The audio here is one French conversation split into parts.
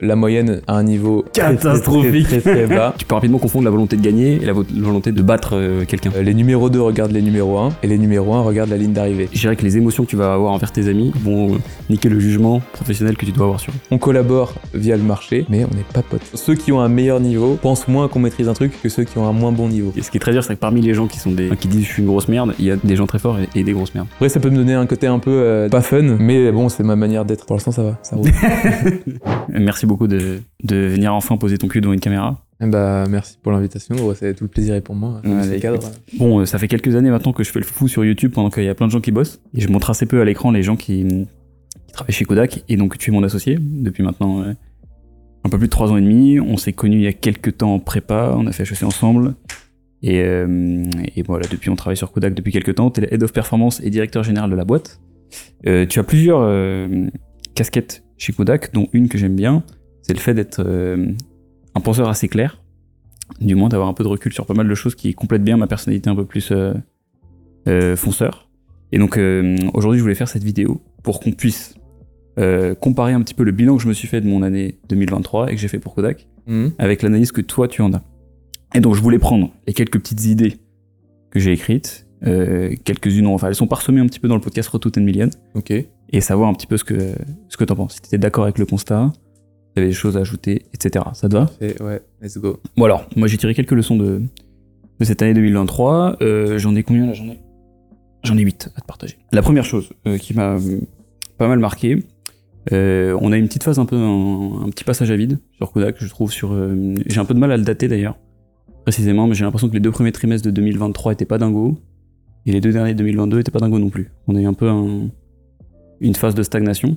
la moyenne à un niveau catastrophique, très bas. Tu peux rapidement confondre la volonté de gagner et la volonté de battre quelqu'un. Les numéros 2 regardent les numéros 1 et les numéros 1 regardent la ligne d'arrivée. Je dirais que les émotions que tu vas avoir envers tes amis vont niquer le jugement professionnel que tu dois avoir sur eux. On collabore via le marché, mais on n'est pas potes. Ceux qui ont un meilleur niveau pensent moins qu'on maîtrise un truc que ceux qui ont un moins bon niveau. Et ce qui est très dur, c'est que parmi les gens qui disent je suis une grosse merde, il y a des gens très forts et des grosses merdes. Après, ça peut me donner un côté un peu pas fun, mais bon, c'est ma manière d'être. Pour l'instant, ça va, ça roule. Merci beaucoup de venir enfin poser ton cul devant une caméra. Bah, merci pour l'invitation, c'est tout le plaisir est pour moi. Bon, ça fait quelques années maintenant que je fais le fou sur YouTube pendant qu'il y a plein de gens qui bossent. Et je montre assez peu à l'écran les gens qui travaillent chez Kodak. Et donc, tu es mon associé depuis maintenant un peu plus de 3 ans et demi. On s'est connus il y a quelques temps en prépa, on a fait HEC ensemble. Et voilà, depuis on travaille sur Kodak depuis quelques temps. Tu es le Head of Performance et directeur général de la boîte. Tu as plusieurs casquettes chez Kodak, dont une que j'aime bien, c'est le fait d'être un penseur assez clair, du moins d'avoir un peu de recul sur pas mal de choses qui complètent bien ma personnalité un peu plus fonceur. Et donc aujourd'hui je voulais faire cette vidéo pour qu'on puisse comparer un petit peu le bilan que je me suis fait de mon année 2023 et que j'ai fait pour Kodak avec l'analyse que toi tu en as. Et donc je voulais prendre les quelques petites idées que j'ai écrites, quelques-unes, enfin elles sont parsemées un petit peu dans le podcast Road to 10 Million. Ok. Et savoir un petit peu ce que t'en penses. Si t'étais d'accord avec le constat, si t'avais des choses à ajouter, etc. Ça te va ? Ouais, let's go. Bon alors, moi j'ai tiré quelques leçons de cette année 2023. J'en ai combien là ? J'en ai 8 à te partager. La première chose qui m'a pas mal marqué, on a une petite phase un petit passage à vide sur Kodak, je trouve. J'ai un peu de mal à le dater d'ailleurs, précisément, mais j'ai l'impression que les 2 premiers trimestres de 2023 étaient pas dingos, et les 2 derniers de 2022 étaient pas dingos non plus. On a eu un peu une phase de stagnation.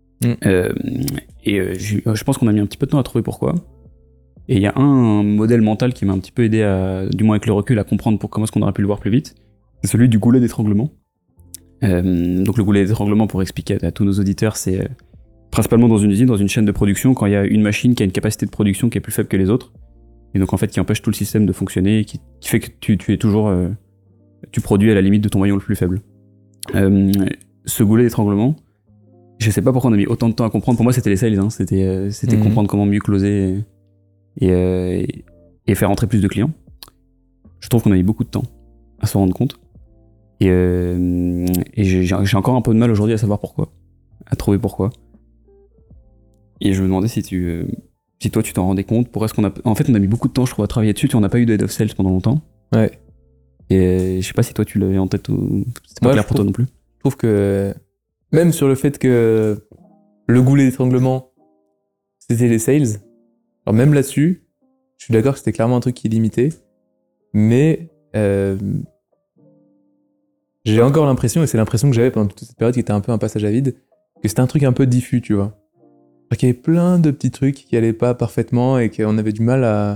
Je pense qu'on a mis un petit peu de temps à trouver pourquoi. Et il y a un modèle mental qui m'a un petit peu aidé, du moins avec le recul, à comprendre comment est-ce qu'on aurait pu le voir plus vite. C'est celui du goulet d'étranglement. Donc le goulet d'étranglement, pour expliquer à tous nos auditeurs, c'est principalement dans une usine, dans une chaîne de production, quand il y a une machine qui a une capacité de production qui est plus faible que les autres, et donc en fait qui empêche tout le système de fonctionner, et qui fait que tu es toujours... tu produis à la limite de ton maillon le plus faible. Ce goulet d'étranglement, je sais pas pourquoi on a mis autant de temps à comprendre. Pour moi, c'était les sales, hein. C'était comprendre comment mieux closer et faire entrer plus de clients. Je trouve qu'on a mis beaucoup de temps à s'en rendre compte. Et j'ai encore un peu de mal aujourd'hui à savoir pourquoi, à trouver pourquoi. Et je me demandais si toi tu t'en rendais compte. En fait, on a mis beaucoup de temps, je trouve, à travailler dessus. On n'a pas eu de head of sales pendant longtemps. Ouais. Et je sais pas si toi tu l'avais en tête ou c'était pas clair pour toi non plus. Je trouve que même sur le fait que le goulet d'étranglement c'était les sales, alors même là-dessus, je suis d'accord que c'était clairement un truc qui limitait, mais j'ai encore l'impression, et c'est l'impression que j'avais pendant toute cette période qui était un peu un passage à vide, que c'était un truc un peu diffus, tu vois. Alors qu'il y avait plein de petits trucs qui allaient pas parfaitement et qu'on avait du mal à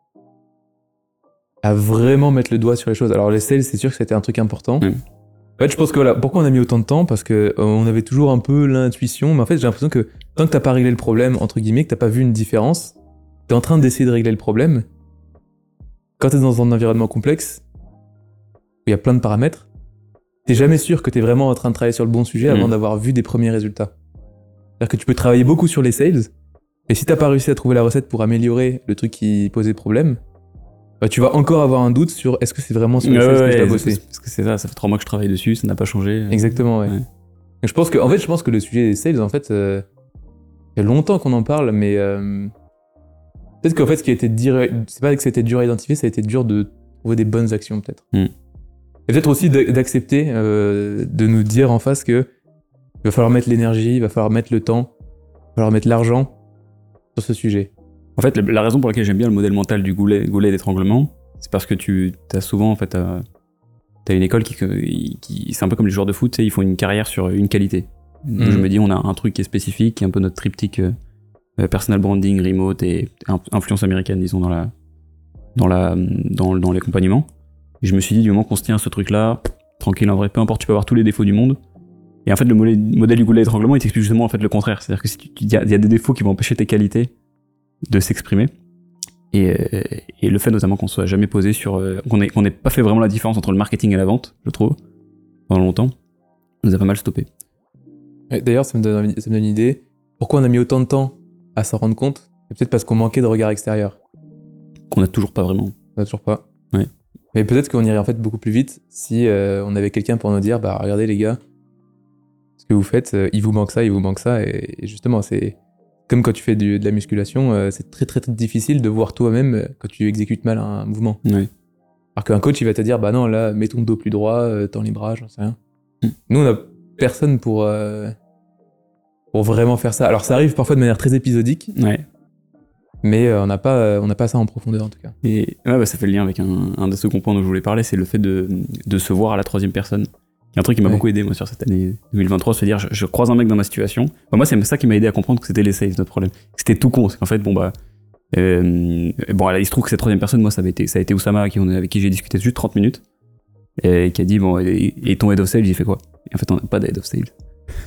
vraiment mettre le doigt sur les choses. Alors les sales, c'est sûr que c'était un truc important. En fait, je pense que voilà, pourquoi on a mis autant de temps ? Parce que on avait toujours un peu l'intuition, mais en fait, j'ai l'impression que tant que t'as pas réglé le problème, entre guillemets, que t'as pas vu une différence, t'es en train d'essayer de régler le problème. Quand t'es dans un environnement complexe, où il y a plein de paramètres, t'es jamais sûr que t'es vraiment en train de travailler sur le bon sujet avant d'avoir vu des premiers résultats. C'est-à-dire que tu peux travailler beaucoup sur les sales, et si t'as pas réussi à trouver la recette pour améliorer le truc qui posait problème, bah, tu vas encore avoir un doute sur est-ce que c'est vraiment sur les sales que je dois bosser. Parce que c'est ça fait 3 mois que je travaille dessus, ça n'a pas changé. Exactement, ouais. Je pense que le sujet des sales, en fait, il y a longtemps qu'on en parle, mais peut-être qu'en fait, ce qui a été c'est pas que c'était dur à identifier, ça a été dur de trouver des bonnes actions, peut-être. Et peut-être aussi d'accepter de nous dire en face que il va falloir mettre l'énergie, il va falloir mettre le temps, il va falloir mettre l'argent sur ce sujet. En fait, la raison pour laquelle j'aime bien le modèle mental du goulet d'étranglement, c'est parce que tu as souvent, en fait, t'as une école qui c'est un peu comme les joueurs de foot, tu sais, ils font une carrière sur une qualité. Donc, je me dis, on a un truc qui est spécifique, qui est un peu notre triptyque personal branding, remote et influence américaine, disons, dans l'accompagnement. Et je me suis dit, du moment qu'on se tient à ce truc-là, tranquille, en vrai, peu importe, tu peux avoir tous les défauts du monde. Et en fait, le modèle du goulet d'étranglement, il t'explique justement en fait le contraire. C'est-à-dire que il y a des défauts qui vont empêcher tes qualités de s'exprimer. Et le fait notamment qu'on soit jamais posé sur... qu'on n'ait pas fait vraiment la différence entre le marketing et la vente, je trouve, pendant longtemps, nous a pas mal stoppé. D'ailleurs, ça me donne une idée. Pourquoi on a mis autant de temps à s'en rendre compte. C'est peut-être parce qu'on manquait de regard extérieur. Qu'on n'a toujours pas vraiment. On n'a toujours pas. Ouais. Mais peut-être qu'on irait en fait beaucoup plus vite si on avait quelqu'un pour nous dire bah regardez les gars, ce que vous faites, il vous manque ça, et justement c'est comme quand tu fais de la musculation, c'est très, très très difficile de voir toi-même quand tu exécutes mal un mouvement. Ouais. Alors qu'un coach il va te dire bah non là mets ton dos plus droit, tends les bras, j'en sais rien. Nous on a personne pour vraiment faire ça. Alors ça arrive parfois de manière très épisodique. Ouais. Mais on n'a pas ça en profondeur en tout cas. Et ouais, bah, ça fait le lien avec un des seconds points dont je voulais parler, c'est le fait de se voir à la troisième personne. Il y a un truc qui m'a beaucoup aidé moi sur cette année 2023, se dire je croise un mec dans ma situation. Bah, moi c'est ça qui m'a aidé à comprendre que c'était les sales notre problème. C'était tout con, c'est qu'en fait bon bah il se trouve que cette troisième personne, moi ça a été Oussama avec qui j'ai discuté juste 30 minutes et qui a dit bon et ton head of sales il fait quoi? Et en fait on n'a pas de head of sales.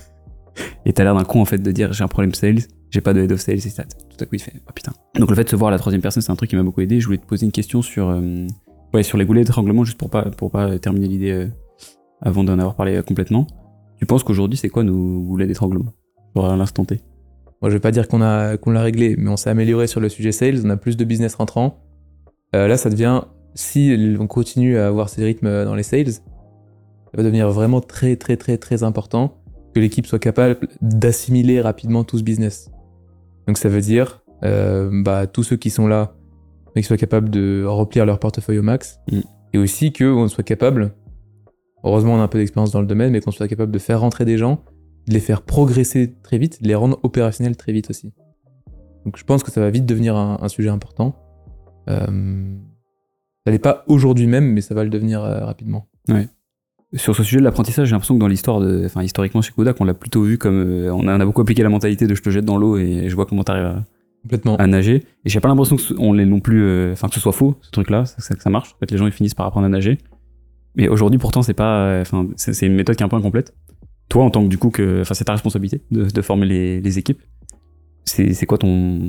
Et t'as l'air d'un con en fait de dire j'ai un problème sales, j'ai pas de head of sales, et ça, tout à coup il fait oh putain. Donc le fait de se voir à la troisième personne c'est un truc qui m'a beaucoup aidé. Je voulais te poser une question sur les goulets d'étranglement juste pour pas terminer l'idée avant d'en avoir parlé complètement. Tu penses qu'aujourd'hui c'est quoi nos goulets d'étranglement à l'instant T? Moi je vais pas dire qu'on l'a réglé, mais on s'est amélioré sur le sujet sales, on a plus de business rentrant. Là ça devient, si on continue à avoir ces rythmes dans les sales, ça va devenir vraiment très très très très important que l'équipe soit capable d'assimiler rapidement tout ce business. Donc ça veut dire tous ceux qui sont là, qu'ils soient capables de remplir leur portefeuille au max, et aussi qu'on soit capable, heureusement on a un peu d'expérience dans le domaine, mais qu'on soit capable de faire rentrer des gens, de les faire progresser très vite, de les rendre opérationnels très vite aussi. Donc je pense que ça va vite devenir un sujet important. Ça l'est pas aujourd'hui même, mais ça va le devenir rapidement. Ouais. Sur ce sujet de l'apprentissage, j'ai l'impression que dans historiquement chez Kodak, on l'a plutôt vu comme on a beaucoup appliqué la mentalité de je te jette dans l'eau et je vois comment t'arrives à nager. Et j'ai pas l'impression qu'on l'ait non plus, que ce soit faux ce truc-là, que ça marche. En fait, les gens ils finissent par apprendre à nager. Mais aujourd'hui, pourtant, c'est pas, c'est une méthode qui est un peu incomplète. Toi, en tant que du coup c'est ta responsabilité de former les équipes. C'est quoi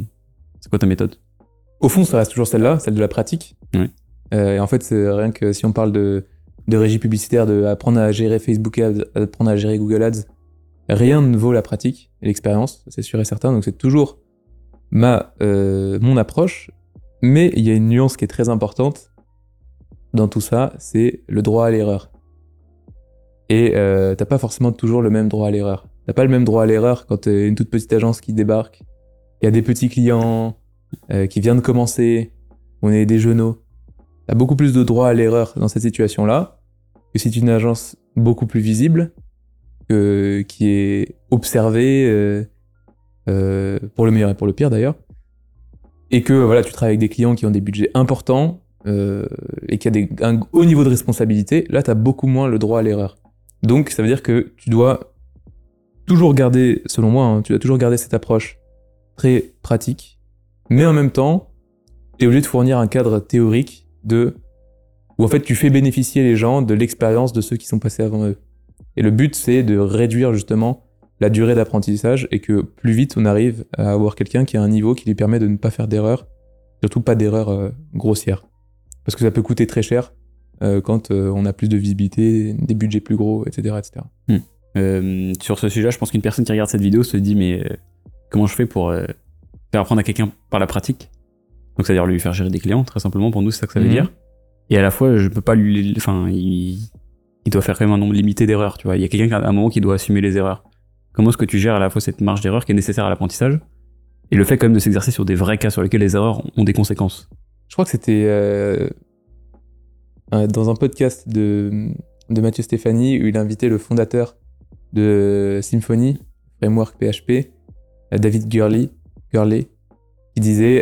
ta méthode? Au fond, ça reste toujours celle-là, celle de la pratique. Ouais. Et en fait, c'est rien que si on parle de régie publicitaire, d'apprendre à gérer Facebook Ads, apprendre à gérer Google Ads, rien ne vaut la pratique et l'expérience, c'est sûr et certain. Donc c'est toujours mon approche, mais il y a une nuance qui est très importante dans tout ça, c'est le droit à l'erreur. Et t'as pas forcément toujours le même droit à l'erreur. T'as pas le même droit à l'erreur quand t'es une toute petite agence qui débarque, il y a des petits clients qui viennent de commencer, on est des jeunes. T'as beaucoup plus de droit à l'erreur dans cette situation-là que si tu es une agence beaucoup plus visible, qui est observée pour le meilleur et pour le pire d'ailleurs, et que voilà, tu travailles avec des clients qui ont des budgets importants et qui a un haut niveau de responsabilité. Là, t'as beaucoup moins le droit à l'erreur. Donc, ça veut dire que tu dois toujours garder, selon moi, tu dois toujours garder cette approche très pratique, mais en même temps, tu es obligé de fournir un cadre théorique où en fait tu fais bénéficier les gens de l'expérience de ceux qui sont passés avant eux. Et le but, c'est de réduire justement la durée d'apprentissage et que plus vite on arrive à avoir quelqu'un qui a un niveau qui lui permet de ne pas faire d'erreurs, surtout pas d'erreurs grossières. Parce que ça peut coûter très cher quand on a plus de visibilité, des budgets plus gros, etc. etc. Sur ce sujet, je pense qu'une personne qui regarde cette vidéo se dit mais comment je fais pour faire apprendre à quelqu'un par la pratique? Donc c'est-à-dire lui faire gérer des clients, très simplement, pour nous c'est ça que ça veut dire. Et à la fois, je peux pas il doit faire quand même un nombre limité d'erreurs, tu vois. Il y a quelqu'un à un moment qui doit assumer les erreurs. Comment est-ce que tu gères à la fois cette marge d'erreur qui est nécessaire à l'apprentissage et le fait quand même de s'exercer sur des vrais cas sur lesquels les erreurs ont des conséquences? Je crois que c'était dans un podcast de Mathieu Stéphanie où il a invité le fondateur de Symfony, framework PHP, David Gurley, qui disait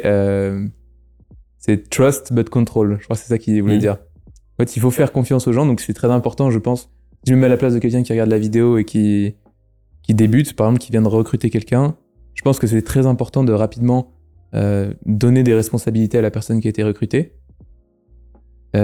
c'est trust but control. Je crois que c'est ça qu'il voulait dire. En fait, il faut faire confiance aux gens, donc c'est très important, je pense. Si je me mets à la place de quelqu'un qui regarde la vidéo et qui débute, par exemple, qui vient de recruter quelqu'un, je pense que c'est très important de rapidement donner des responsabilités à la personne qui a été recrutée. Et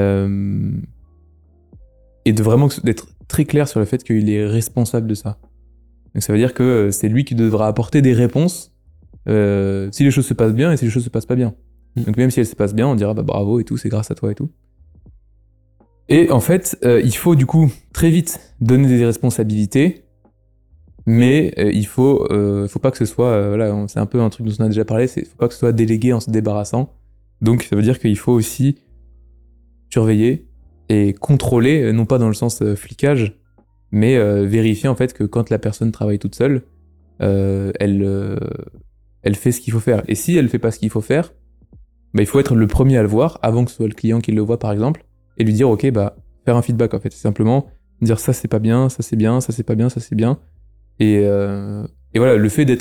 de vraiment d'être très clair sur le fait qu'il est responsable de ça. Donc ça veut dire que c'est lui qui devra apporter des réponses si les choses se passent bien et si les choses se passent pas bien. Donc même si elles se passent bien, on dira bah bravo et tout, c'est grâce à toi et tout. Et en fait, il faut du coup très vite donner des responsabilités Mais il faut pas que ce soit, voilà, c'est un peu un truc dont on a déjà parlé, faut pas que ce soit délégué en se débarrassant. Donc ça veut dire qu'il faut aussi surveiller et contrôler, non pas dans le sens flicage, mais vérifier en fait que quand la personne travaille toute seule, elle fait ce qu'il faut faire. Et si elle fait pas ce qu'il faut faire, bah, il faut être le premier à le voir, avant que ce soit le client qui le voit par exemple, et lui dire ok, bah faire un feedback en fait. C'est simplement dire ça c'est pas bien, ça c'est bien, ça c'est pas bien, ça c'est bien. Et voilà, le fait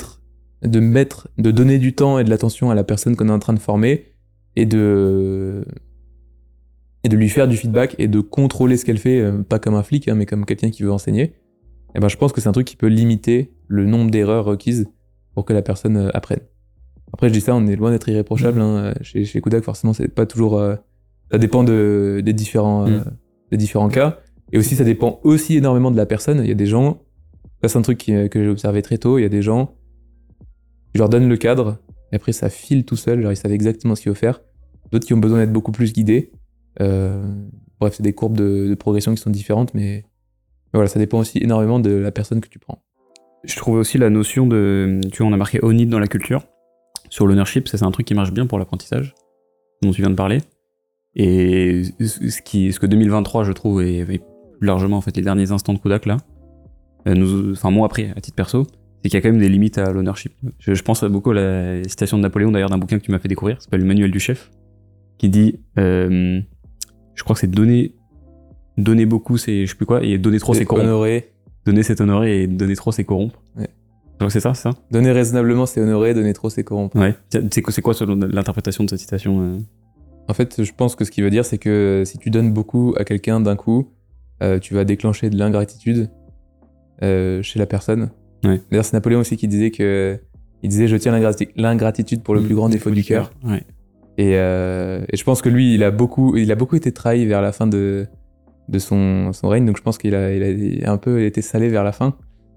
de donner du temps et de l'attention à la personne qu'on est en train de former et de lui faire du feedback et de contrôler ce qu'elle fait, pas comme un flic, hein, mais comme quelqu'un qui veut enseigner, et ben je pense que c'est un truc qui peut limiter le nombre d'erreurs requises pour que la personne apprenne. Après, je dis ça, on est loin d'être irréprochable. Hein. Chez Kudak, forcément, c'est pas toujours. Ça dépend des différents cas. Et aussi, ça dépend aussi énormément de la personne. Il y a des gens. Ça, c'est un truc que j'ai observé très tôt. Il y a des gens. Je leur donne le cadre. Et après, ça file tout seul. Genre, ils savent exactement ce qu'il faut faire. D'autres qui ont besoin d'être beaucoup plus guidés. Bref, c'est des courbes de progression qui sont différentes. Mais voilà, ça dépend aussi énormément de la personne que tu prends. Je trouvais aussi la notion de. Tu vois, on a marqué own it dans la culture. Sur l'ownership, ça c'est un truc qui marche bien pour l'apprentissage, dont tu viens de parler. Et ce que 2023, je trouve, et plus largement en fait les derniers instants de Kudak là, moi après, à titre perso, c'est qu'il y a quand même des limites à l'ownership. Je pense beaucoup à la citation de Napoléon d'ailleurs d'un bouquin que tu m'as fait découvrir, ça s'appelle Le Manuel du chef, qui dit, je crois que c'est donner beaucoup, c'est je sais plus quoi, et donner trop c'est corrompre. Honorer. Donner c'est honorer et donner trop c'est corrompre. Ouais. Donc c'est ça. Donner raisonnablement, c'est honorer, donner trop, c'est corrompre. Ouais. C'est quoi selon l'interprétation de cette citation En fait, je pense que ce qu'il veut dire, c'est que si tu donnes beaucoup à quelqu'un d'un coup, tu vas déclencher de l'ingratitude chez la personne. Ouais. D'ailleurs, c'est Napoléon aussi qui disait je tiens l'ingratitude pour le plus grand défaut du cœur. Ouais. Et je pense que lui, il a beaucoup été trahi vers la fin de son règne, donc je pense qu'il a un peu été salé vers la fin.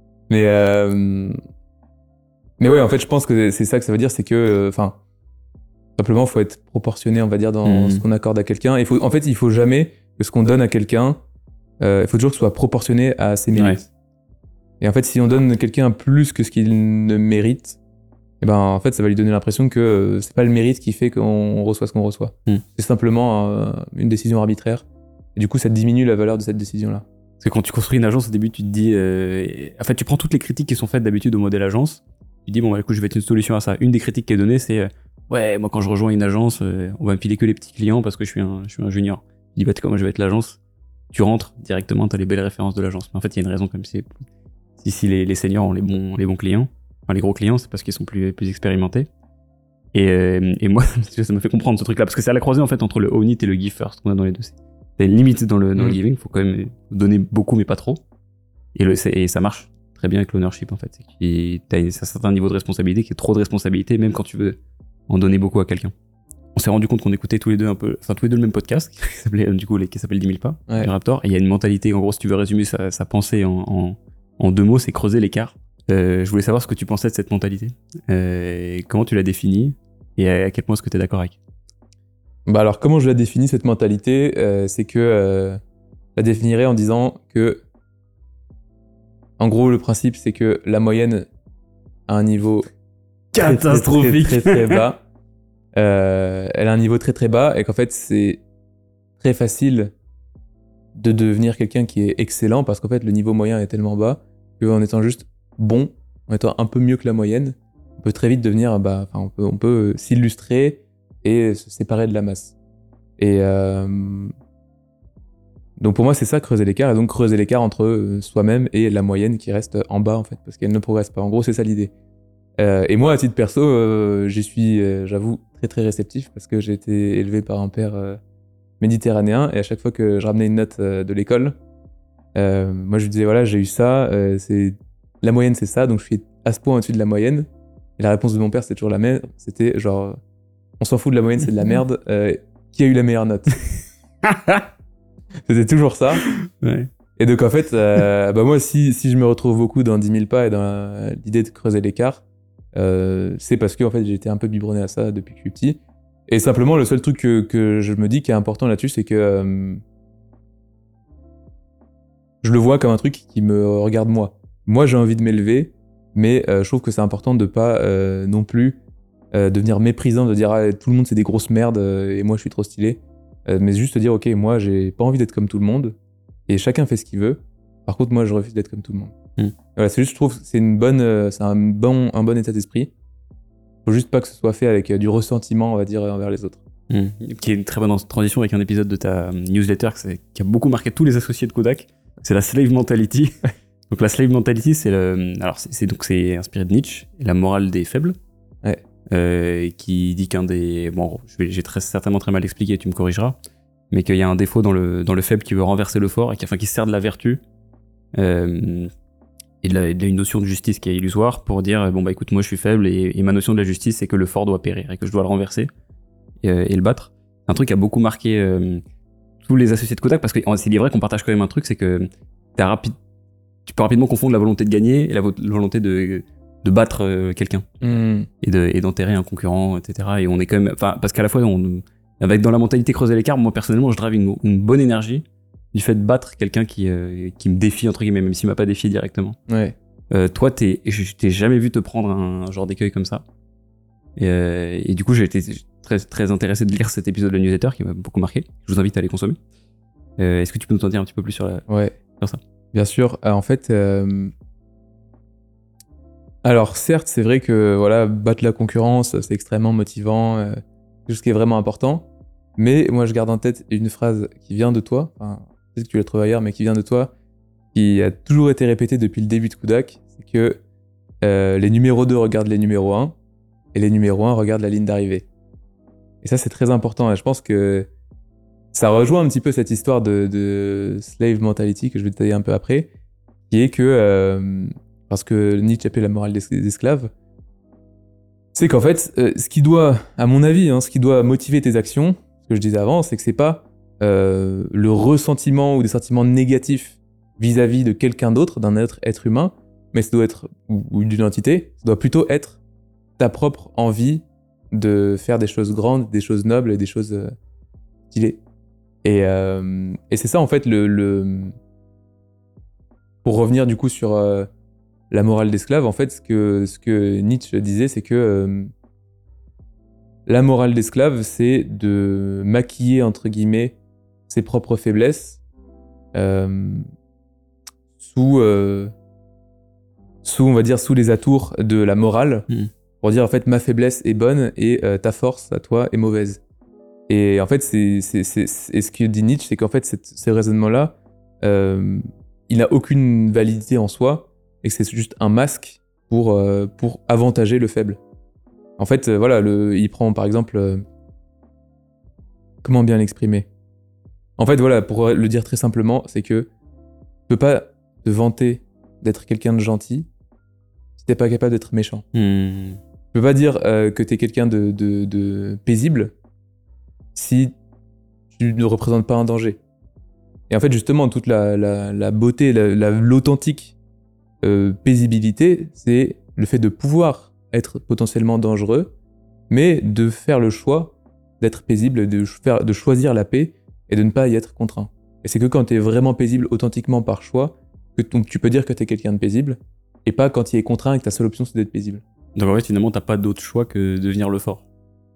Mais ouais, en fait, je pense que c'est ça que ça veut dire, c'est que, simplement, il faut être proportionné, on va dire, dans ce qu'on accorde à quelqu'un. En fait, il faut jamais que ce qu'on donne à quelqu'un, il faut toujours que ce soit proportionné à ses mérites. Ouais. Et en fait, si on donne à quelqu'un plus que ce qu'il ne mérite, et ben, en fait, ça va lui donner l'impression que c'est pas le mérite qui fait qu'on reçoit ce qu'on reçoit. C'est simplement une décision arbitraire. Et du coup, ça diminue la valeur de cette décision-là. Parce que quand tu construis une agence, au début, tu te dis... En fait, tu prends toutes les critiques qui sont faites d'habitude au modèle agence. Tu te dis, bon, bah, écoute, je vais être une solution à ça. Une des critiques qui est donnée, c'est... ouais, moi, quand je rejoins une agence, on va me filer que les petits clients parce que je suis un junior. Je dis, bah, moi, je vais être l'agence. Tu rentres directement, t'as les belles références de l'agence. Mais en fait, il y a une raison comme c'est... Si les seniors ont les bons clients, enfin, les gros clients, c'est parce qu'ils sont plus expérimentés. Et moi, ça m'a fait comprendre ce truc-là. Parce que c'est à la croisée, en fait, entre le own it et le give first qu'on a dans les deux. T'as une limite dans le giving, il faut quand même donner beaucoup mais pas trop. Et ça marche très bien avec l'ownership en fait. T'as un certain niveau de responsabilité qui est trop de responsabilité même quand tu veux en donner beaucoup à quelqu'un. On s'est rendu compte qu'on écoutait tous les deux le même podcast qui s'appelle 10 000 pas, ouais. Raptor. Et il y a une mentalité, en gros, si tu veux résumer sa pensée en 2 mots, c'est creuser l'écart. Je voulais savoir ce que tu pensais de cette mentalité. Comment tu l'as définie et à quel point est-ce que tu es d'accord avec? Bah alors, comment je la définis, cette mentalité, c'est que je la définirais en disant que, en gros, le principe, c'est que la moyenne a un niveau catastrophique, très bas. Elle a un niveau très très bas et qu'en fait, c'est très facile de devenir quelqu'un qui est excellent parce qu'en fait, le niveau moyen est tellement bas qu'en étant juste bon, en étant un peu mieux que la moyenne, on peut très vite devenir, on peut s'illustrer et se séparer de la masse. Et donc pour moi, c'est ça, creuser l'écart, et donc creuser l'écart entre soi-même et la moyenne qui reste en bas, en fait, parce qu'elle ne progresse pas. En gros, c'est ça l'idée. Et moi, à titre perso, j'y suis, j'avoue, très très réceptif, parce que j'ai été élevé par un père méditerranéen, et à chaque fois que je ramenais une note de l'école, moi je lui disais, voilà, j'ai eu ça, la moyenne c'est ça, donc je suis à ce point au-dessus de la moyenne. Et la réponse de mon père, c'était toujours la même, c'était genre... On s'en fout de la moyenne, c'est de la merde. Qui a eu la meilleure note? C'était toujours ça. Ouais. Et donc en fait, moi, si je me retrouve beaucoup dans 10 000 pas et dans l'idée de creuser l'écart, c'est parce que en fait, j'ai été un peu biberonné à ça depuis que je suis petit. Et simplement, le seul truc que je me dis qui est important là-dessus, c'est que je le vois comme un truc qui me regarde moi. moi j'ai envie de m'élever, mais je trouve que c'est important de pas non plus devenir méprisant, de dire tout le monde c'est des grosses merdes et moi je suis trop stylé. Mais juste te dire ok, moi j'ai pas envie d'être comme tout le monde et chacun fait ce qu'il veut. Par contre moi je refuse d'être comme tout le monde. Voilà, c'est juste, je trouve que c'est un bon état d'esprit. Faut juste pas que ce soit fait avec du ressentiment, on va dire, envers les autres. Qui est une très bonne transition avec un épisode de ta newsletter qui a beaucoup marqué tous les associés de Kodak. C'est la slave mentality. Donc la slave mentality, c'est c'est inspiré de Nietzsche, la morale des faibles. Ouais. Qui dit qu'un des... Bon, j'ai certainement très mal expliqué, tu me corrigeras, mais qu'il y a un défaut dans le faible qui veut renverser le fort et qui se sert de la vertu et de une notion de justice qui est illusoire pour dire bon bah écoute, moi je suis faible et ma notion de la justice c'est que le fort doit périr et que je dois le renverser et le battre. C'est un truc qui a beaucoup marqué tous les associés de Kodak parce que c'est vrai qu'on partage quand même un truc, c'est que tu peux rapidement confondre la volonté de gagner et la volonté de battre quelqu'un et d'enterrer un concurrent, etc. Et on est quand même, parce qu'à la fois avec dans la mentalité creuser l'écart, moi personnellement je drive une bonne énergie du fait de battre quelqu'un qui me défie entre guillemets, même s'il m'a pas défié directement. Ouais. Toi je t'ai jamais vu te prendre un genre d'écueil comme ça et du coup j'ai été très, très intéressé de lire cet épisode de la newsletter qui m'a beaucoup marqué. Je vous invite à aller consommer. Est-ce que tu peux nous en dire un petit peu plus sur ça? Bien sûr. En fait, alors certes, c'est vrai que voilà, battre la concurrence, c'est extrêmement motivant, quelque chose qui est vraiment important. Mais moi, je garde en tête une phrase qui vient de toi. Enfin, peut-être que tu l'as trouvée ailleurs, mais qui vient de toi, qui a toujours été répétée depuis le début de Kodak. C'est que les numéros 2 regardent les numéros 1 et les numéros 1 regardent la ligne d'arrivée. Et ça, c'est très important. Et je pense que ça rejoint un petit peu cette histoire de slave mentality que je vais détailler un peu après, qui est que, parce que Nietzsche appelait la morale des esclaves, c'est qu'en fait, ce qui doit, à mon avis, ce qui doit motiver tes actions, ce que je disais avant, c'est que c'est pas le ressentiment ou des sentiments négatifs vis-à-vis de quelqu'un d'autre, d'un être humain, mais ça doit être, ou d'une entité, ça doit plutôt être ta propre envie de faire des choses grandes, des choses nobles et des choses stylées. Et c'est ça, en fait, pour revenir du coup sur la morale d'esclave, en fait, ce que Nietzsche disait, c'est que la morale d'esclave, c'est de maquiller, entre guillemets, ses propres faiblesses sous, on va dire, sous les atours de la morale, pour dire, en fait, ma faiblesse est bonne et ta force, à toi, est mauvaise. Et en fait, et ce que dit Nietzsche, c'est qu'en fait, ces raisonnements-là, il n'a aucune validité en soi, et que c'est juste un masque pour avantager le faible. En fait, voilà, il prend par exemple... comment bien l'exprimer ? En fait, voilà, pour le dire très simplement, c'est que tu peux pas te vanter d'être quelqu'un de gentil si t'es pas capable d'être méchant. Tu peux pas dire que t'es quelqu'un de paisible si tu ne représentes pas un danger. Et en fait, justement, toute la beauté, l'authentique paisibilité, c'est le fait de pouvoir être potentiellement dangereux, mais de faire le choix d'être paisible, de choisir la paix et de ne pas y être contraint. Et c'est que quand t'es vraiment paisible authentiquement par choix, que tu peux dire que t'es quelqu'un de paisible, et pas quand il est contraint et que ta seule option c'est d'être paisible. Donc en fait, finalement, t'as pas d'autre choix que de devenir le fort.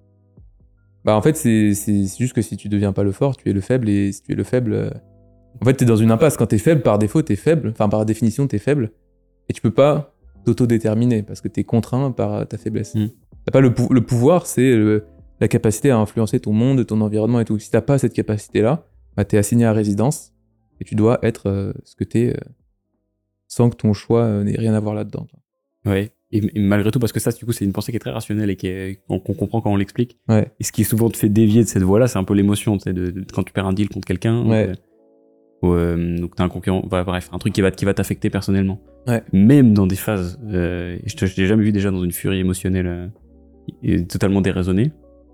Bah en fait, c'est juste que si tu deviens pas le fort, tu es le faible, et si tu es le faible, en fait t'es dans une impasse. Quand t'es faible, par défaut, t'es faible, enfin par définition t'es faible, et tu peux pas t'auto-déterminer parce que t'es contraint par ta faiblesse. T'as pas le pouvoir, c'est la capacité à influencer ton monde, ton environnement et tout. Si t'as pas cette capacité-là, bah t'es assigné à résidence et tu dois être ce que t'es sans que ton choix n'ait rien à voir là-dedans. Ouais. Et malgré tout, parce que ça, du coup, c'est une pensée qui est très rationnelle et qu'on comprend quand on l'explique. Ouais. Et ce qui souvent te fait dévier de cette voie-là, c'est un peu l'émotion, tu sais, quand tu perds un deal contre quelqu'un. Ouais. Donc t'as un concurrent, bref, un truc qui va t'affecter personnellement. Ouais. Même dans des phases, je t'ai jamais vu déjà dans une furie émotionnelle totalement déraisonnée.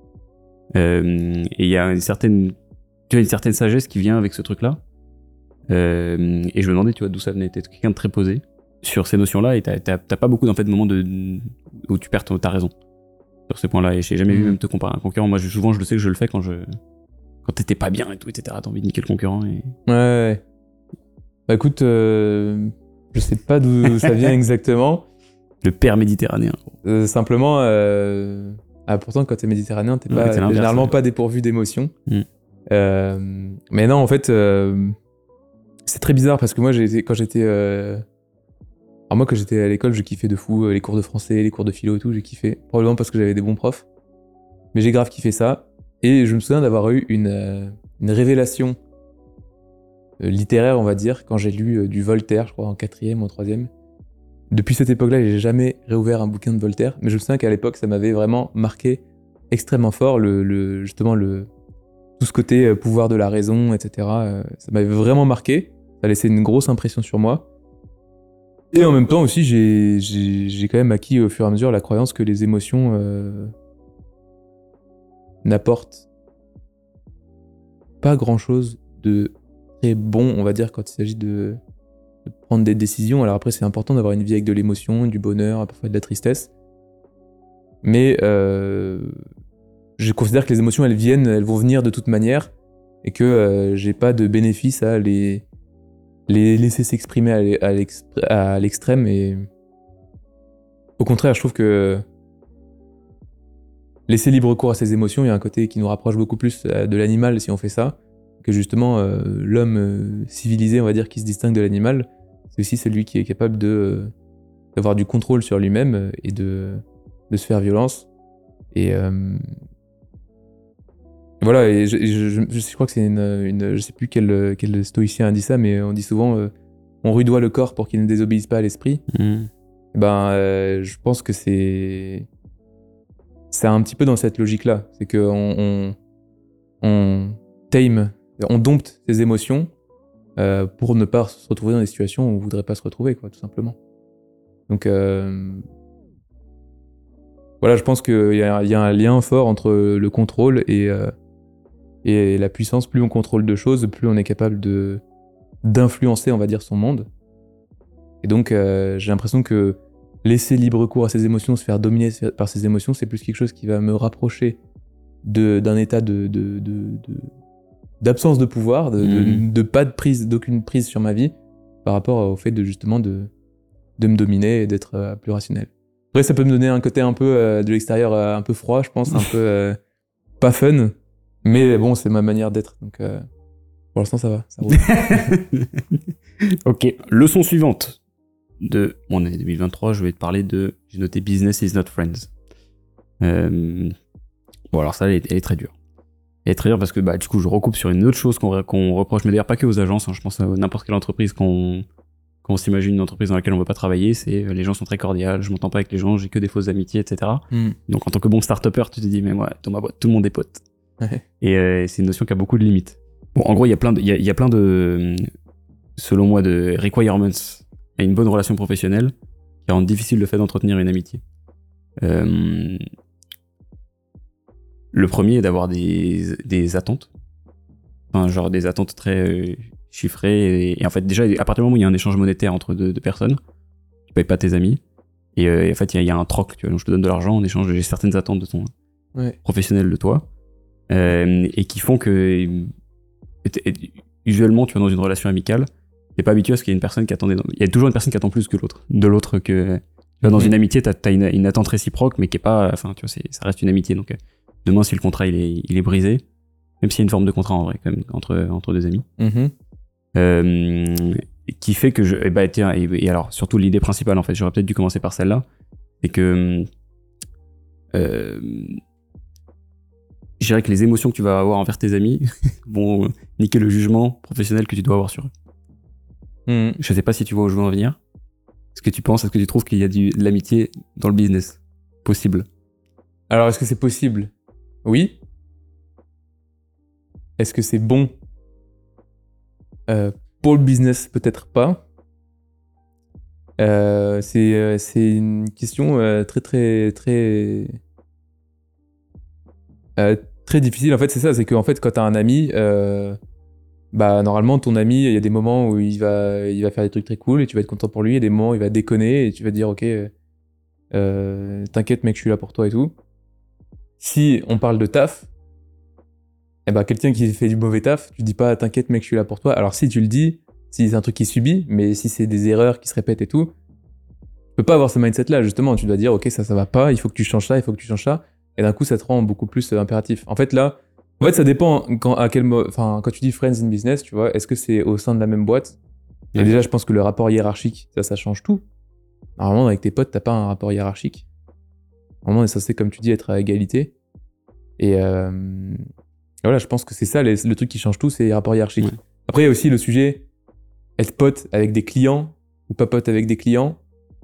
Et il y a une certaine sagesse qui vient avec ce truc-là. Et je me demandais, tu vois, d'où ça venait. T'es quelqu'un de très posé sur ces notions-là et t'as pas beaucoup de moments où tu perds ta raison sur ces points-là. Et j'ai jamais vu même te comparer à un concurrent. Moi, souvent, je le sais que je le fais quand t'étais pas bien et tout, etc. T'as envie de niquer le concurrent. Ouais. Bah écoute, Je sais pas d'où ça vient exactement. Le père méditerranéen. Simplement, pourtant, quand t'es méditerranéen, t'es pas, généralement pas dépourvu d'émotions. Mais non, en fait, c'est très bizarre parce que moi, quand j'étais à l'école, je kiffais de fou les cours de français, les cours de philo et tout, j'ai kiffé. Probablement parce que j'avais des bons profs. Mais j'ai grave kiffé ça. Et je me souviens d'avoir eu une révélation littéraire, on va dire, quand j'ai lu du Voltaire, je crois, en 4e ou en 3e. Depuis cette époque-là, j'ai jamais réouvert un bouquin de Voltaire, mais je me souviens qu'à l'époque, ça m'avait vraiment marqué extrêmement fort, justement, tout ce côté pouvoir de la raison, etc. Ça m'avait vraiment marqué, ça a laissé une grosse impression sur moi. Et en même temps aussi, j'ai quand même acquis au fur et à mesure la croyance que les émotions n'apportent pas grand-chose de très bon, on va dire, quand il s'agit de prendre des décisions. Alors après, c'est important d'avoir une vie avec de l'émotion, du bonheur, parfois de la tristesse. Mais je considère que les émotions, elles vont venir de toute manière et que j'ai pas de bénéfice à les laisser s'exprimer à l'extrême. Et au contraire, je trouve que laisser libre cours à ses émotions, il y a un côté qui nous rapproche beaucoup plus de l'animal si on fait ça, que justement l'homme civilisé, on va dire, qui se distingue de l'animal, c'est aussi celui qui est capable d'avoir du contrôle sur lui-même et de se faire violence. Et voilà, et je crois que c'est je sais plus quel stoïcien a dit ça, mais on dit souvent on rudoie le corps pour qu'il ne désobéisse pas à l'esprit. Je pense que c'est un petit peu dans cette logique-là. C'est qu'on tame, on dompte ses émotions pour ne pas se retrouver dans des situations où on voudrait pas se retrouver, quoi, tout simplement. Donc voilà, je pense qu'il y a un lien fort entre le contrôle et la puissance. Plus on contrôle de choses, plus on est capable d'influencer, on va dire, son monde. Et donc j'ai l'impression que laisser libre cours à ses émotions, se faire dominer par ses émotions, c'est plus quelque chose qui va me rapprocher d'un état d'absence de pouvoir, de pas d'aucune prise sur ma vie, par rapport au fait de justement de me dominer et d'être plus rationnel. Après, ça peut me donner un côté un peu de l'extérieur un peu froid, je pense, un peu pas fun, mais bon, c'est ma manière d'être, donc pour l'instant ça va, ça roule. Ok, leçon suivante de mon année 2023, je vais te parler j'ai noté Business is not friends. Bon, alors ça, elle est très dure. Elle est très dure parce que du coup, je recoupe sur une autre chose qu'on reproche, mais d'ailleurs pas que aux agences, hein, je pense à n'importe quelle entreprise qu'on s'imagine une entreprise dans laquelle on veut pas travailler, c'est les gens sont très cordiaux, je m'entends pas avec les gens, j'ai que des fausses amitiés, etc. Donc en tant que bon start-upper, tu te dis, mais moi, dans ma boîte, tout le monde est pote. Et c'est une notion qui a beaucoup de limites. Bon, en gros, il y a plein de, selon moi, de requirements à une bonne relation professionnelle qui rendent difficile le fait d'entretenir une amitié. Le premier est d'avoir des attentes. Enfin, genre des attentes très chiffrées. Et en fait, déjà, à partir du moment où il y a un échange monétaire entre deux personnes, tu payes pas tes amis. Et en fait, il y a un troc. Tu vois, donc je te donne de l'argent en échange de certaines attentes de ton professionnel de toi. Et qui font que usuellement, tu vois, dans une relation amicale, t'es pas habitué à ce qu'il y ait une personne qui attendait. Il y a toujours une personne qui attend plus que l'autre. De l'autre que. Tu vois, dans une amitié, t'as une attente réciproque, mais qui est pas. Enfin, tu vois, ça reste une amitié. Donc, demain, si le contrat il est brisé, même s'il y a une forme de contrat en vrai, quand même, entre deux amis, qui fait que et alors, surtout l'idée principale, en fait, j'aurais peut-être dû commencer par celle-là, c'est que. Je dirais que les émotions que tu vas avoir envers tes amis vont niquer le jugement professionnel que tu dois avoir sur eux. Je sais pas si tu vois où je veux en venir. Est-ce que tu trouves qu'il y a de l'amitié dans le business possible? Alors, est-ce que c'est possible? Oui. Est-ce que c'est bon? Pour le business, peut-être pas. C'est une question très très très très difficile. En fait, c'est ça, c'est qu'en fait, quand t'as un ami, normalement, ton ami, il y a des moments où il va faire des trucs très cool et tu vas être content pour lui, et des moments où il va déconner et tu vas te dire, ok, t'inquiète, mec, je suis là pour toi et tout. Si on parle de taf, quelqu'un qui fait du mauvais taf, tu dis pas, t'inquiète, mec, je suis là pour toi. Alors si tu le dis, si c'est un truc qui subit, mais si c'est des erreurs qui se répètent et tout, tu peux pas avoir ce mindset-là, justement. Tu dois dire, ok, ça va pas, il faut que tu changes ça, il faut que tu changes ça. Et d'un coup, ça te rend beaucoup plus impératif. En fait, ça dépend quand tu dis friends in business, tu vois, est-ce que c'est au sein de la même boîte? Et déjà, je pense que le rapport hiérarchique, ça change tout. Normalement, avec tes potes, t'as pas un rapport hiérarchique. Normalement, on est censé, comme tu dis, être à égalité. Et voilà, je pense que c'est ça, le truc qui change tout, c'est les rapports hiérarchiques. Ouais. Après, il y a aussi le sujet, être pote avec des clients ou pas pote avec des clients.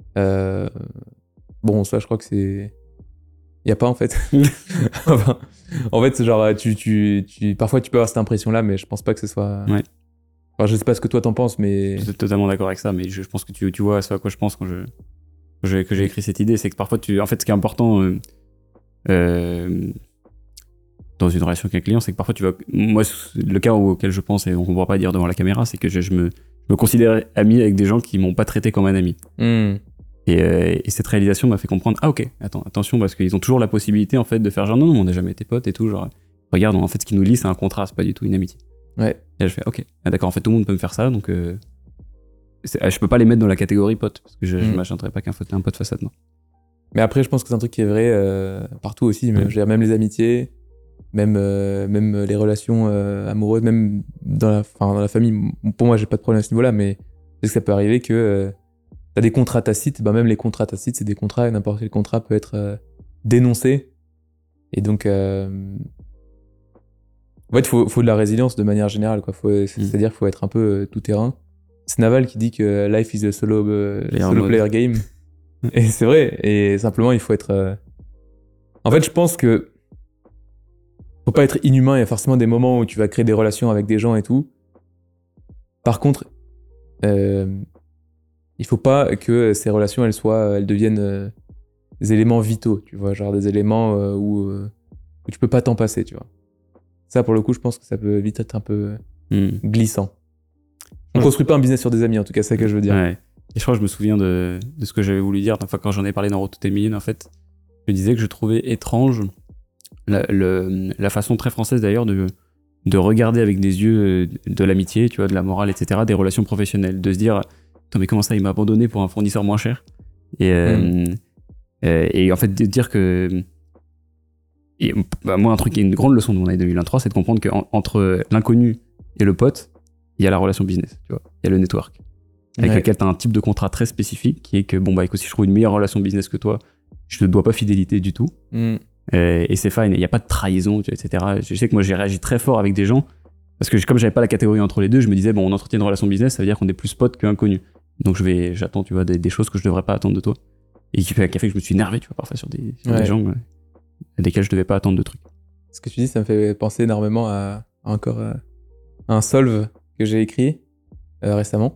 Bon, ça, je crois que c'est... Il n'y a pas, en fait. Enfin, en fait, c'est genre, parfois, tu peux avoir cette impression-là, mais je pense pas que ce soit... Ouais. Enfin, je sais pas ce que toi t'en penses, mais... Je suis totalement d'accord avec ça, mais je pense que tu vois ce à quoi je pense quand j'ai écrit cette idée, c'est que parfois, en fait, ce qui est important dans une relation avec un client, c'est que parfois, moi, le cas auquel je pense, et on ne pourra pas dire devant la caméra, c'est que je me considère ami avec des gens qui m'ont pas traité comme un ami. Et cette réalisation m'a fait comprendre, ah ok, attention, parce qu'ils ont toujours la possibilité en fait de faire genre non, on n'a jamais été potes et tout, genre regarde, en fait ce qui nous lie c'est un contrat, c'est pas du tout une amitié. Ouais. Et là, je fais ok, d'accord, en fait tout le monde peut me faire ça, donc je peux pas les mettre dans la catégorie pote, parce que je m'achanterais pas qu'un pote fasse ça de moi. Mais après, je pense que c'est un truc qui est vrai partout aussi, je veux dire, même les amitiés, même les relations amoureuses, même dans la famille. Pour moi, j'ai pas de problème à ce niveau-là, mais est-ce que ça peut arriver que t'as des contrats tacites, même les contrats tacites, c'est des contrats, et n'importe quel contrat peut être dénoncé. Et donc, en fait, il faut de la résilience de manière générale, quoi. C'est-à-dire qu'il faut être un peu tout-terrain. C'est Naval qui dit que life is a solo player game. Et c'est vrai, et simplement, il faut être... En fait, je pense que faut pas être inhumain, il y a forcément des moments où tu vas créer des relations avec des gens et tout. Par contre, il faut pas que ces relations, elles deviennent des éléments vitaux, tu vois, genre des éléments où tu peux pas t'en passer, tu vois. Ça, pour le coup, je pense que ça peut vite être un peu glissant. On construit pas un business sur des amis, en tout cas, c'est ça que je veux dire. Ouais. Et je crois que je me souviens de ce que j'avais voulu dire, enfin, quand j'en ai parlé dans Road to 10 Million, en fait, je disais que je trouvais étrange la façon très française d'ailleurs de regarder avec des yeux de l'amitié, tu vois, de la morale, etc., des relations professionnelles, de se dire attends, mais comment ça, il m'a abandonné pour un fournisseur moins cher? Et en fait, de dire que... moi, une grande leçon de mon année 2023, c'est de comprendre qu'entre l'inconnu et le pote, il y a la relation business, tu vois. Il y a le network. Avec lequel tu as un type de contrat très spécifique qui est que, écoute, si je trouve une meilleure relation business que toi, je ne te dois pas fidélité du tout. Et c'est fine, il n'y a pas de trahison, etc. Je sais que moi, j'ai réagi très fort avec des gens, parce que comme j'avais pas la catégorie entre les deux, je me disais, on entretient une relation business, ça veut dire qu'on est plus potes qu'inconnus. Donc j'attends, tu vois, des choses que je devrais pas attendre de toi. Et qui a fait que je me suis énervé, tu vois, parfois sur des gens desquels je devais pas attendre de trucs. Ce que tu dis, ça me fait penser énormément à un solve que j'ai écrit récemment.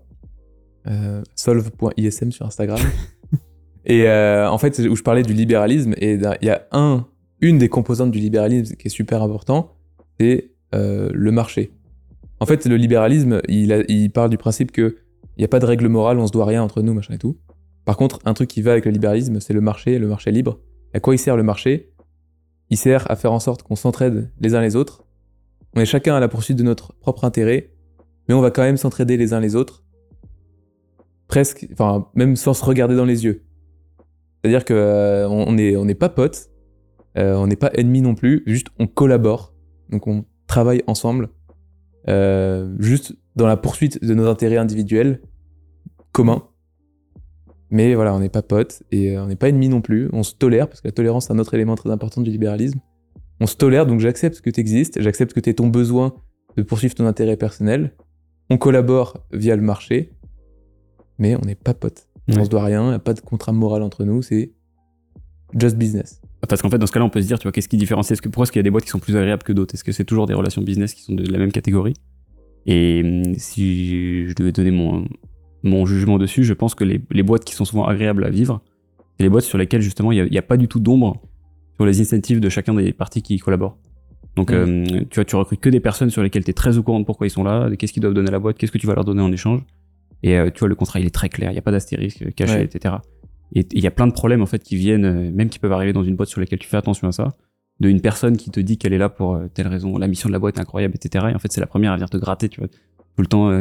Solve.ism sur Instagram. Et en fait, où je parlais du libéralisme, et il y a une des composantes du libéralisme qui est super important, c'est le marché. En fait, le libéralisme, il part du principe que il n'y a pas de règle morale, on se doit rien entre nous, machin et tout. Par contre, un truc qui va avec le libéralisme, c'est le marché libre. À quoi il sert le marché? Il sert à faire en sorte qu'on s'entraide les uns les autres. On est chacun à la poursuite de notre propre intérêt, mais on va quand même s'entraider les uns les autres, presque, enfin, même sans se regarder dans les yeux. C'est-à-dire que on n'est pas potes, on n'est pas ennemis non plus, juste on collabore, donc on travaille ensemble, juste dans la poursuite de nos intérêts individuels communs. Mais voilà, on n'est pas potes et on n'est pas ennemis non plus. On se tolère, parce que la tolérance est un autre élément très important du libéralisme. On se tolère, donc j'accepte que tu existes, j'accepte que tu aies ton besoin de poursuivre ton intérêt personnel. On collabore via le marché, mais on n'est pas potes. On se doit rien, il n'y a pas de contrat moral entre nous, c'est just business. Parce qu'en fait, dans ce cas-là, on peut se dire, tu vois, qu'est-ce qui différencie? Pourquoi est-ce qu'il y a des boîtes qui sont plus agréables que d'autres? Est-ce que c'est toujours des relations business qui sont de la même catégorie? Et si je devais donner mon jugement dessus, je pense que les boîtes qui sont souvent agréables à vivre, c'est les boîtes sur lesquelles justement il n'y a pas du tout d'ombre sur les incentives de chacun des parties qui collaborent. Donc tu vois, tu recrutes que des personnes sur lesquelles tu es très au courant de pourquoi ils sont là, de qu'est-ce qu'ils doivent donner à la boîte, qu'est-ce que tu vas leur donner en échange. Et tu vois, le contrat il est très clair, il n'y a pas d'astérisque caché, etc. Et il y a plein de problèmes en fait qui viennent, même qui peuvent arriver dans une boîte sur laquelle tu fais attention à ça, d'une personne qui te dit qu'elle est là pour telle raison, la mission de la boîte est incroyable, etc. Et en fait c'est la première à venir te gratter, tu vois, tout le temps.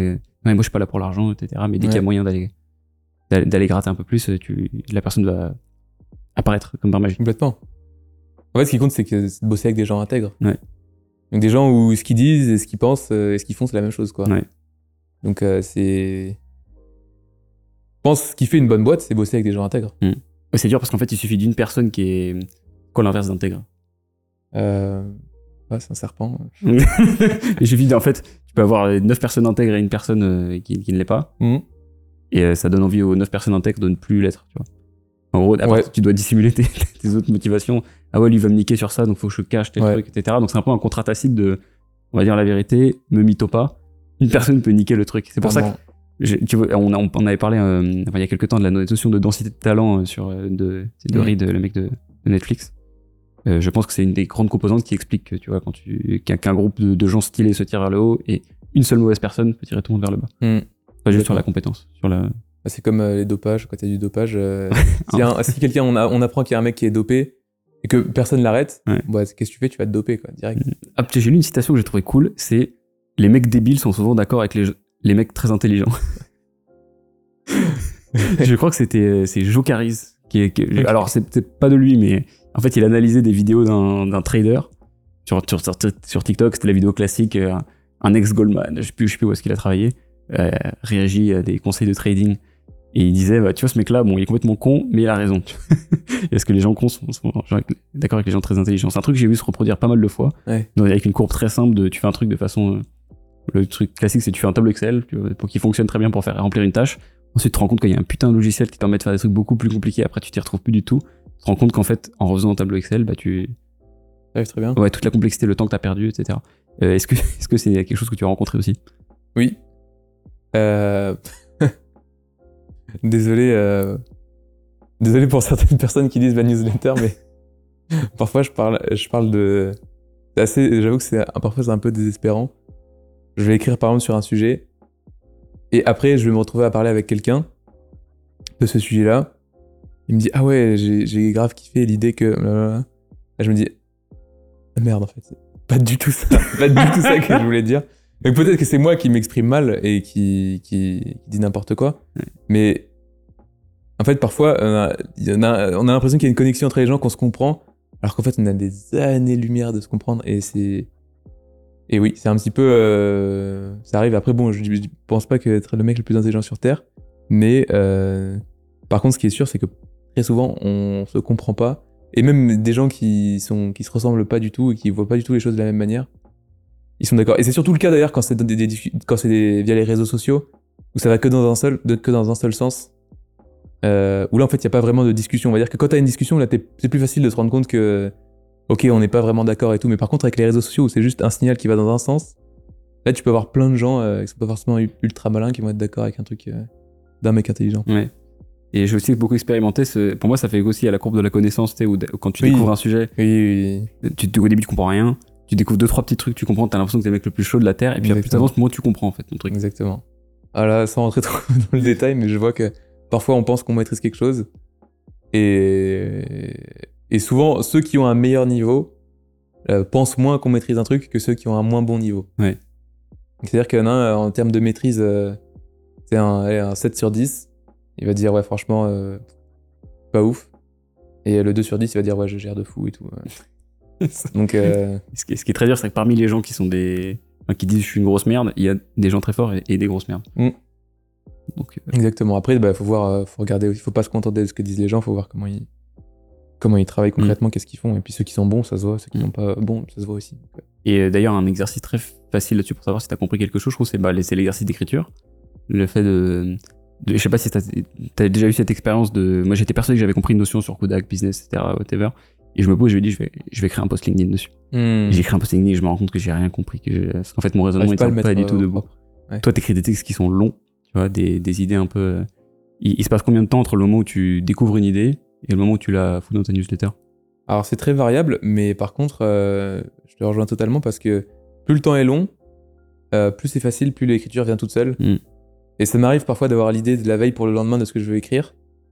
Ouais, moi je suis pas là pour l'argent, etc. Mais dès qu'il y a moyen d'aller gratter un peu plus, la personne va apparaître comme par magie. Complètement. En fait, ce qui compte, c'est de bosser avec des gens intègres. Ouais. Donc des gens où ce qu'ils disent et ce qu'ils pensent et ce qu'ils font, c'est la même chose, quoi. Ouais. Donc c'est... Je pense que ce qui fait une bonne boîte, c'est bosser avec des gens intègres. Ouais, c'est dur parce qu'en fait, il suffit d'une personne qui est... Quoi l'inverse d'intègre? Ouais, c'est un serpent. Il suffit en fait, tu peux avoir 9 personnes intègres et une personne qui ne l'est pas. Et ça donne envie aux 9 personnes intègres de ne plus l'être, tu vois. En gros, après, tu dois dissimuler tes autres motivations. Ah ouais, lui va me niquer sur ça, donc faut que je cache tel truc, etc. Donc c'est un peu un contrat tacite de, on va dire la vérité, me mytho pas. Une personne peut niquer le truc. C'est pour ça que, tu vois, on avait parlé il y a quelques temps de la notion de densité de talent de Reed, le mec de Netflix. Je pense que c'est une des grandes composantes qui explique que, tu vois, qu'un groupe de gens stylés se tire vers le haut et une seule mauvaise personne peut tirer tout le monde vers le bas. Pas juste sur la compétence, sur la... C'est comme les dopages, quand il y a du dopage. Si quelqu'un, on apprend qu'il y a un mec qui est dopé et que personne l'arrête, qu'est-ce que tu fais? Tu vas te doper, quoi, direct. J'ai lu une citation que j'ai trouvée cool, c'est « Les mecs débiles sont souvent d'accord avec les mecs très intelligents ». Je crois que c'est Joe Caris. Alors, c'est pas de lui, mais en fait, il analysait des vidéos d'un trader sur TikTok. C'était la vidéo classique, un ex-Goldman, je sais plus où est-ce qu'il a travaillé, réagit à des conseils de trading. Et il disait, tu vois, ce mec-là, bon, il est complètement con, mais il a raison. Est-ce que les gens cons sont d'accord avec les gens très intelligents? C'est un truc que j'ai vu se reproduire pas mal de fois. Donc, avec une courbe très simple de tu fais un truc de façon... le truc classique, c'est tu fais un tableau Excel pour qu'il fonctionne très bien pour faire remplir une tâche. Ensuite, tu te rends compte qu'il y a un putain de logiciel qui te permet de faire des trucs beaucoup plus compliqués. Après, tu t'y retrouves plus du tout. Tu te rends compte qu'en fait, en refaisant un tableau Excel, tu... Ça arrive très bien. Ouais, toute la complexité, le temps que t'as perdu, etc. Est-ce que c'est quelque chose que tu as rencontré aussi? Oui. Désolé pour certaines personnes qui lisent ma newsletter, mais parfois je parle de... J'avoue que parfois c'est un peu désespérant. Je vais écrire par exemple sur un sujet, et après je vais me retrouver à parler avec quelqu'un de ce sujet-là. Il me dit « Ah ouais, j'ai grave kiffé l'idée que... » Là, je me dis « Merde, en fait, c'est pas du tout ça. Pas du tout ça que je voulais dire. » Donc peut-être que c'est moi qui m'exprime mal et qui dit n'importe quoi. Mais en fait, parfois, on a l'impression qu'il y a une connexion entre les gens, qu'on se comprend, alors qu'en fait, on a des années-lumière de se comprendre. Et oui, c'est un petit peu... ça arrive. Après, bon, je pense pas être le mec le plus intelligent sur Terre. Mais par contre, ce qui est sûr, c'est que très souvent, on se comprend pas. Et même des gens qui se ressemblent pas du tout et qui voient pas du tout les choses de la même manière, ils sont d'accord. Et c'est surtout le cas d'ailleurs quand c'est via les réseaux sociaux, où ça va que dans un seul sens. Où là, en fait, il n'y a pas vraiment de discussion. On va dire que quand tu as une discussion, là, c'est plus facile de se rendre compte que, ok, on n'est pas vraiment d'accord et tout. Mais par contre, avec les réseaux sociaux, où c'est juste un signal qui va dans un sens, là, tu peux avoir plein de gens qui sont pas forcément ultra malins, qui vont être d'accord avec un truc d'un mec intelligent. Ouais. Et j'ai aussi beaucoup expérimenté. Pour moi, ça fait aussi à la courbe de la connaissance, tu sais, où quand tu découvres un sujet, au début, tu comprends rien. Tu découvres 2-3 petits trucs, tu comprends, t'as l'impression que t'es le mec le plus chaud de la Terre, et puis plus t'avances, moins tu comprends en fait ton truc. Exactement. Ah là, sans rentrer trop dans le détail, mais je vois que parfois on pense qu'on maîtrise quelque chose, et souvent ceux qui ont un meilleur niveau pensent moins qu'on maîtrise un truc que ceux qui ont un moins bon niveau. Ouais. C'est-à-dire qu'il y en a un, en termes de maîtrise, c'est un 7 sur 10, il va dire ouais franchement pas ouf, et le 2 sur 10 il va dire ouais je gère de fou et tout. Donc, ce qui est très dur, c'est que parmi les gens qui disent je suis une grosse merde, il y a des gens très forts et des grosses merdes. Donc, exactement. Après, faut voir, faut regarder. Il faut pas se contenter de ce que disent les gens. Faut voir comment ils travaillent concrètement, qu'est-ce qu'ils font. Et puis ceux qui sont bons, ça se voit. Ceux qui sont pas bons, ça se voit aussi. Et d'ailleurs, un exercice très facile là-dessus pour savoir si t'as compris quelque chose, je trouve, c'est l'exercice d'écriture. Le fait je sais pas si t'as déjà eu cette expérience moi j'étais persuadé que j'avais compris une notion sur Kodak, business, etc., whatever. Et je me pose, je me dis, je vais créer un post LinkedIn dessus. J'ai créé un post LinkedIn et je me rends compte que j'ai rien compris. Parce qu'en fait, mon raisonnement est pas du tout debout. Ouais. Toi, t'écris des textes qui sont longs, tu vois, des idées un peu... Il se passe combien de temps entre le moment où tu découvres une idée et le moment où tu la fous dans ta newsletter? Alors, c'est très variable, mais par contre, je te rejoins totalement parce que plus le temps est long, plus c'est facile, plus l'écriture vient toute seule. Et ça m'arrive parfois d'avoir l'idée de la veille pour le lendemain de ce que je veux écrire.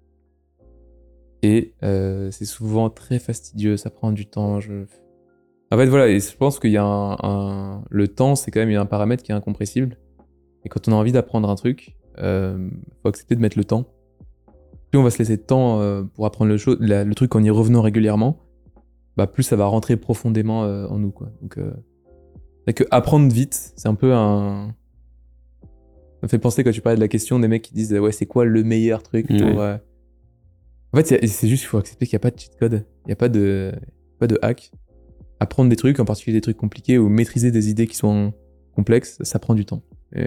Et c'est souvent très fastidieux, ça prend du temps. En fait, voilà, et je pense qu'il y a le temps, c'est quand même un paramètre qui est incompressible. Et quand on a envie d'apprendre un truc, faut accepter de mettre le temps. Plus on va se laisser de temps pour apprendre le truc en y revenant régulièrement, bah plus ça va rentrer profondément en nous, quoi. Donc, c'est que apprendre vite, c'est un peu un... Ça me fait penser quand tu parlais de la question des mecs qui disent ouais, c'est quoi le meilleur truc pour... En fait, c'est juste qu'il faut accepter qu'il n'y a pas de cheat code, il n'y a pas de hack. Apprendre des trucs, en particulier des trucs compliqués, ou maîtriser des idées qui sont complexes, ça prend du temps. Et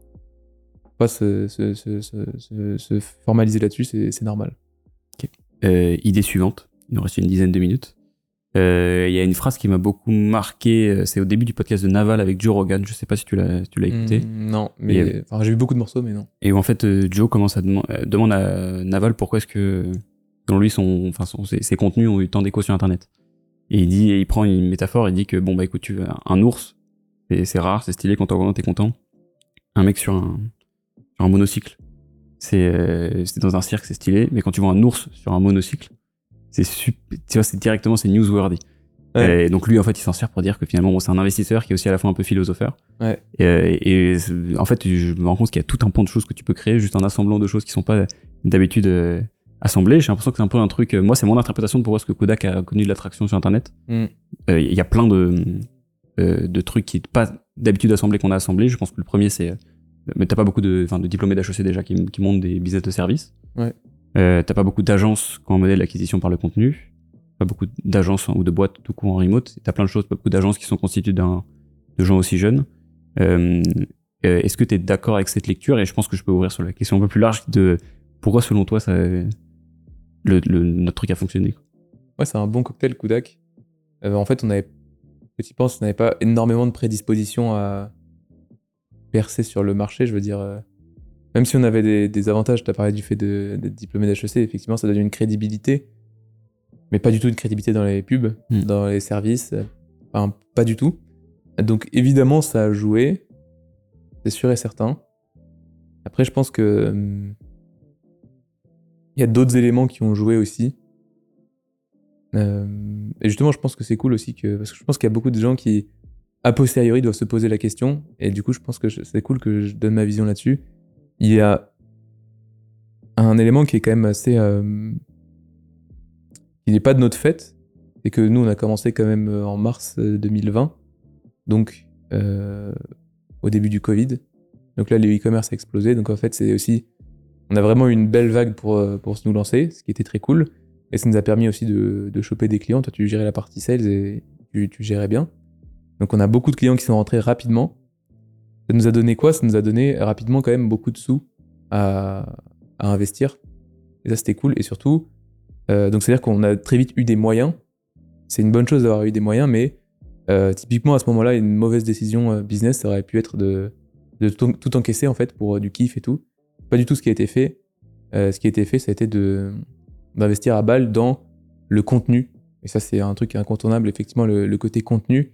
pas se formaliser là-dessus, c'est normal. Okay. Idée suivante, il nous reste une dizaine de minutes. Il y a une phrase qui m'a beaucoup marqué, c'est au début du podcast de Naval avec Joe Rogan, je sais pas si tu l'as écouté. Non, mais j'ai vu beaucoup de morceaux, mais non. Et où en fait Joe commence à demande à Naval pourquoi est-ce que selon lui ses contenus ont eu tant d'écho sur internet. Et il prend une métaphore, il dit que bon bah écoute, tu un ours, c'est rare, c'est stylé, quand t'es content. Un mec sur un monocycle, c'est dans un cirque, c'est stylé, mais quand tu vois un ours sur un monocycle, tu vois, c'est newsworthy. Ouais. Et donc lui en fait il s'en sert pour dire que finalement bon, c'est un investisseur qui est aussi à la fois un peu philosopheur. Ouais. Et en fait je me rends compte qu'il y a tout un pan de choses que tu peux créer juste en assemblant de choses qui sont pas d'habitude assemblées. J'ai l'impression que c'est un peu un truc, moi c'est mon interprétation de pourquoi est-ce que Kodak a connu de l'attraction sur internet. Il y a plein de trucs qui est pas d'habitude assemblés qu'on a assemblés. Je pense que le premier c'est mais t'as pas beaucoup de diplômés d'HEC déjà qui montent des business de service. Ouais. T'as pas beaucoup d'agences qui ont un modèle d'acquisition par le contenu, pas beaucoup d'agences ou de boîtes tout court en remote. T'as plein de choses, pas beaucoup d'agences qui sont constituées de gens aussi jeunes. Est-ce que t'es d'accord avec cette lecture? Et je pense que je peux ouvrir sur la question un peu plus large de pourquoi selon toi notre truc a fonctionné. Ouais, c'est un bon cocktail Kodak. En fait, on n'avait pas énormément de prédisposition à percer sur le marché, je veux dire. Même si on avait des avantages, tu as parlé du fait d'être diplômé d'HEC, effectivement, ça donne une crédibilité, mais pas du tout une crédibilité dans les pubs, dans les services, enfin, pas du tout. Donc évidemment, ça a joué, c'est sûr et certain. Après, je pense que il y a d'autres éléments qui ont joué aussi. Et justement, je pense que c'est cool aussi, parce que je pense qu'il y a beaucoup de gens qui, a posteriori, doivent se poser la question, et du coup, je pense que c'est cool que je donne ma vision là-dessus. Il y a un élément qui est quand même assez... qui n'est pas de notre fait, c'est que nous, on a commencé quand même en mars 2020, donc au début du Covid. Donc là, le e-commerce a explosé, donc en fait, c'est aussi... On a vraiment eu une belle vague pour nous lancer, ce qui était très cool, et ça nous a permis aussi de choper des clients. Toi, tu gérais la partie sales et tu gérais bien. Donc on a beaucoup de clients qui sont rentrés rapidement. Ça nous a donné quoi? Ça nous a donné rapidement quand même beaucoup de sous à investir. Et ça, c'était cool. Et surtout, donc c'est-à-dire qu'on a très vite eu des moyens. C'est une bonne chose d'avoir eu des moyens, mais typiquement à ce moment-là, une mauvaise décision business, ça aurait pu être de tout encaisser en fait pour du kiff et tout. Pas du tout ce qui a été fait. Ce qui a été fait, ça a été d'investir à balle dans le contenu. Et ça, c'est un truc incontournable, effectivement, le côté contenu.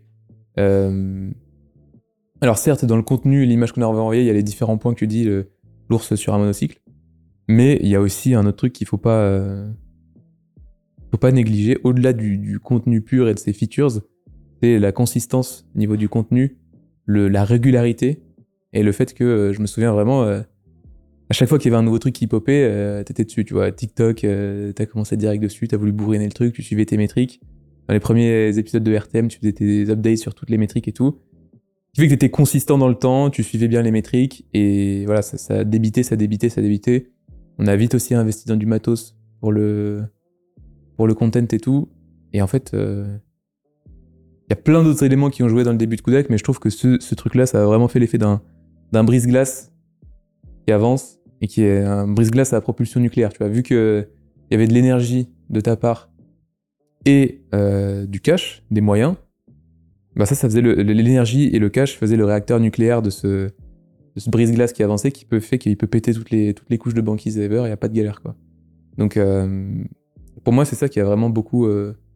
Alors certes, dans le contenu, l'image qu'on a envoyée, il y a les différents points que tu dis, l'ours sur un monocycle, mais il y a aussi un autre truc qu'il faut pas négliger, au-delà du contenu pur et de ses features, c'est la consistance au niveau du contenu, la régularité, et le fait que, je me souviens vraiment, à chaque fois qu'il y avait un nouveau truc qui popait, t'étais dessus, tu vois, TikTok, t'as commencé direct dessus, t'as voulu bourriner le truc, tu suivais tes métriques. Dans les premiers épisodes de RTM, tu faisais tes updates sur toutes les métriques et tout. Ce qui fait que t'étais consistant dans le temps, tu suivais bien les métriques, et voilà, ça débitait. On a vite aussi investi dans du matos pour le content et tout. Et en fait, il y a plein d'autres éléments qui ont joué dans le début de Kodak, mais je trouve que ce truc-là, ça a vraiment fait l'effet d'un brise-glace qui avance, et qui est un brise-glace à propulsion nucléaire. Tu vois, vu qu'il y avait de l'énergie de ta part, et du cash, des moyens, bah ça faisait l'énergie et le cash faisaient le réacteur nucléaire de ce brise-glace qui avançait, qui fait qu'il peut péter toutes les couches de banquise ever, il n'y a pas de galère, quoi. Donc pour moi, c'est ça qui a vraiment beaucoup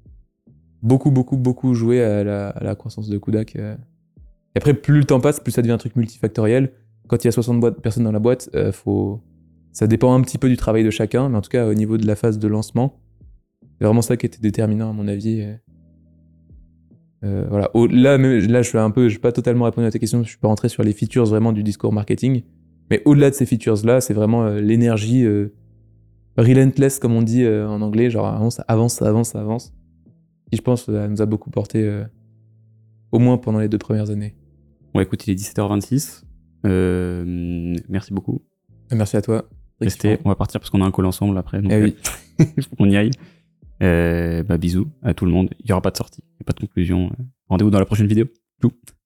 joué à la croissance de Kodak. Et après, plus le temps passe, plus ça devient un truc multifactoriel. Quand il y a 60 personnes dans la boîte, ça dépend un petit peu du travail de chacun, mais en tout cas, au niveau de la phase de lancement, c'est vraiment ça qui était déterminant, à mon avis. Voilà. Là, je suis pas totalement répondu à ta question, je suis pas rentré sur les features vraiment du discours marketing, mais au-delà de ces features-là, c'est vraiment l'énergie relentless, comme on dit en anglais, genre ça avance, qui je pense nous a beaucoup porté, au moins pendant les 2 premières années. Bon, écoute, il est 17h26. Merci beaucoup. Merci à toi. Restez, on va partir parce qu'on a un call ensemble après. Donc, oui. Il faut qu'on y aille. Bisous à tout le monde. Il n'y aura pas de sortie, il n'y a pas de conclusion. Rendez-vous dans la prochaine vidéo. Tout.